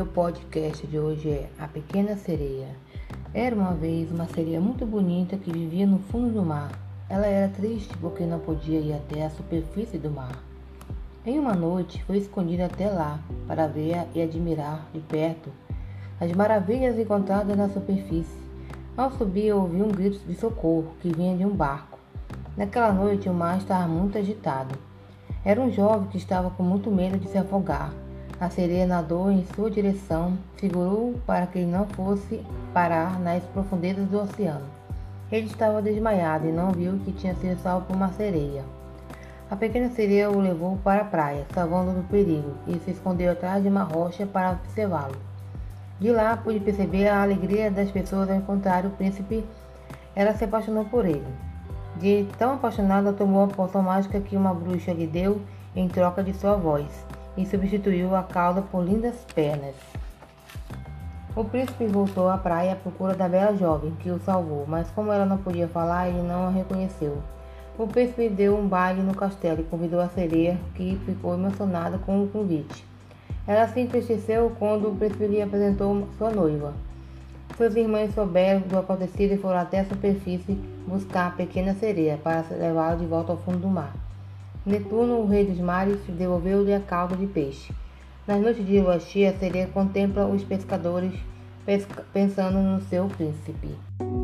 Meu podcast de hoje é A Pequena Sereia. Era uma vez uma sereia muito bonita que vivia no fundo do mar. Ela era triste porque não podia ir até a superfície do mar. Em uma noite, foi escondida até lá para ver e admirar de perto as maravilhas encontradas na superfície. Ao subir, ouviu um grito de socorro que vinha de um barco. Naquela noite, o mar estava muito agitado. Era um jovem que estava com muito medo de se afogar. A sereia nadou em sua direção, segurou para que ele não fosse parar nas profundezas do oceano. Ele estava desmaiado e não viu que tinha sido salvo por uma sereia. A pequena sereia o levou para a praia, salvando-o do perigo, e se escondeu atrás de uma rocha para observá-lo. De lá, pude perceber a alegria das pessoas ao encontrar o príncipe. Ela se apaixonou por ele. De tão apaixonada, tomou a poção mágica que uma bruxa lhe deu em troca de sua voz, e substituiu a cauda por lindas pernas. O príncipe voltou à praia à procura da bela jovem que o salvou, mas como ela não podia falar, ele não a reconheceu. O príncipe deu um baile no castelo e convidou a sereia, que ficou emocionada com o convite. Ela se entristeceu quando o príncipe lhe apresentou sua noiva. Suas irmãs souberam do acontecido e foram até a superfície buscar a pequena sereia para levá-la de volta ao fundo do mar. Netuno, o rei dos mares, devolveu-lhe a cauda de peixe. Nas noites de lua cheia, a sereia contempla os pescadores pensando no seu príncipe.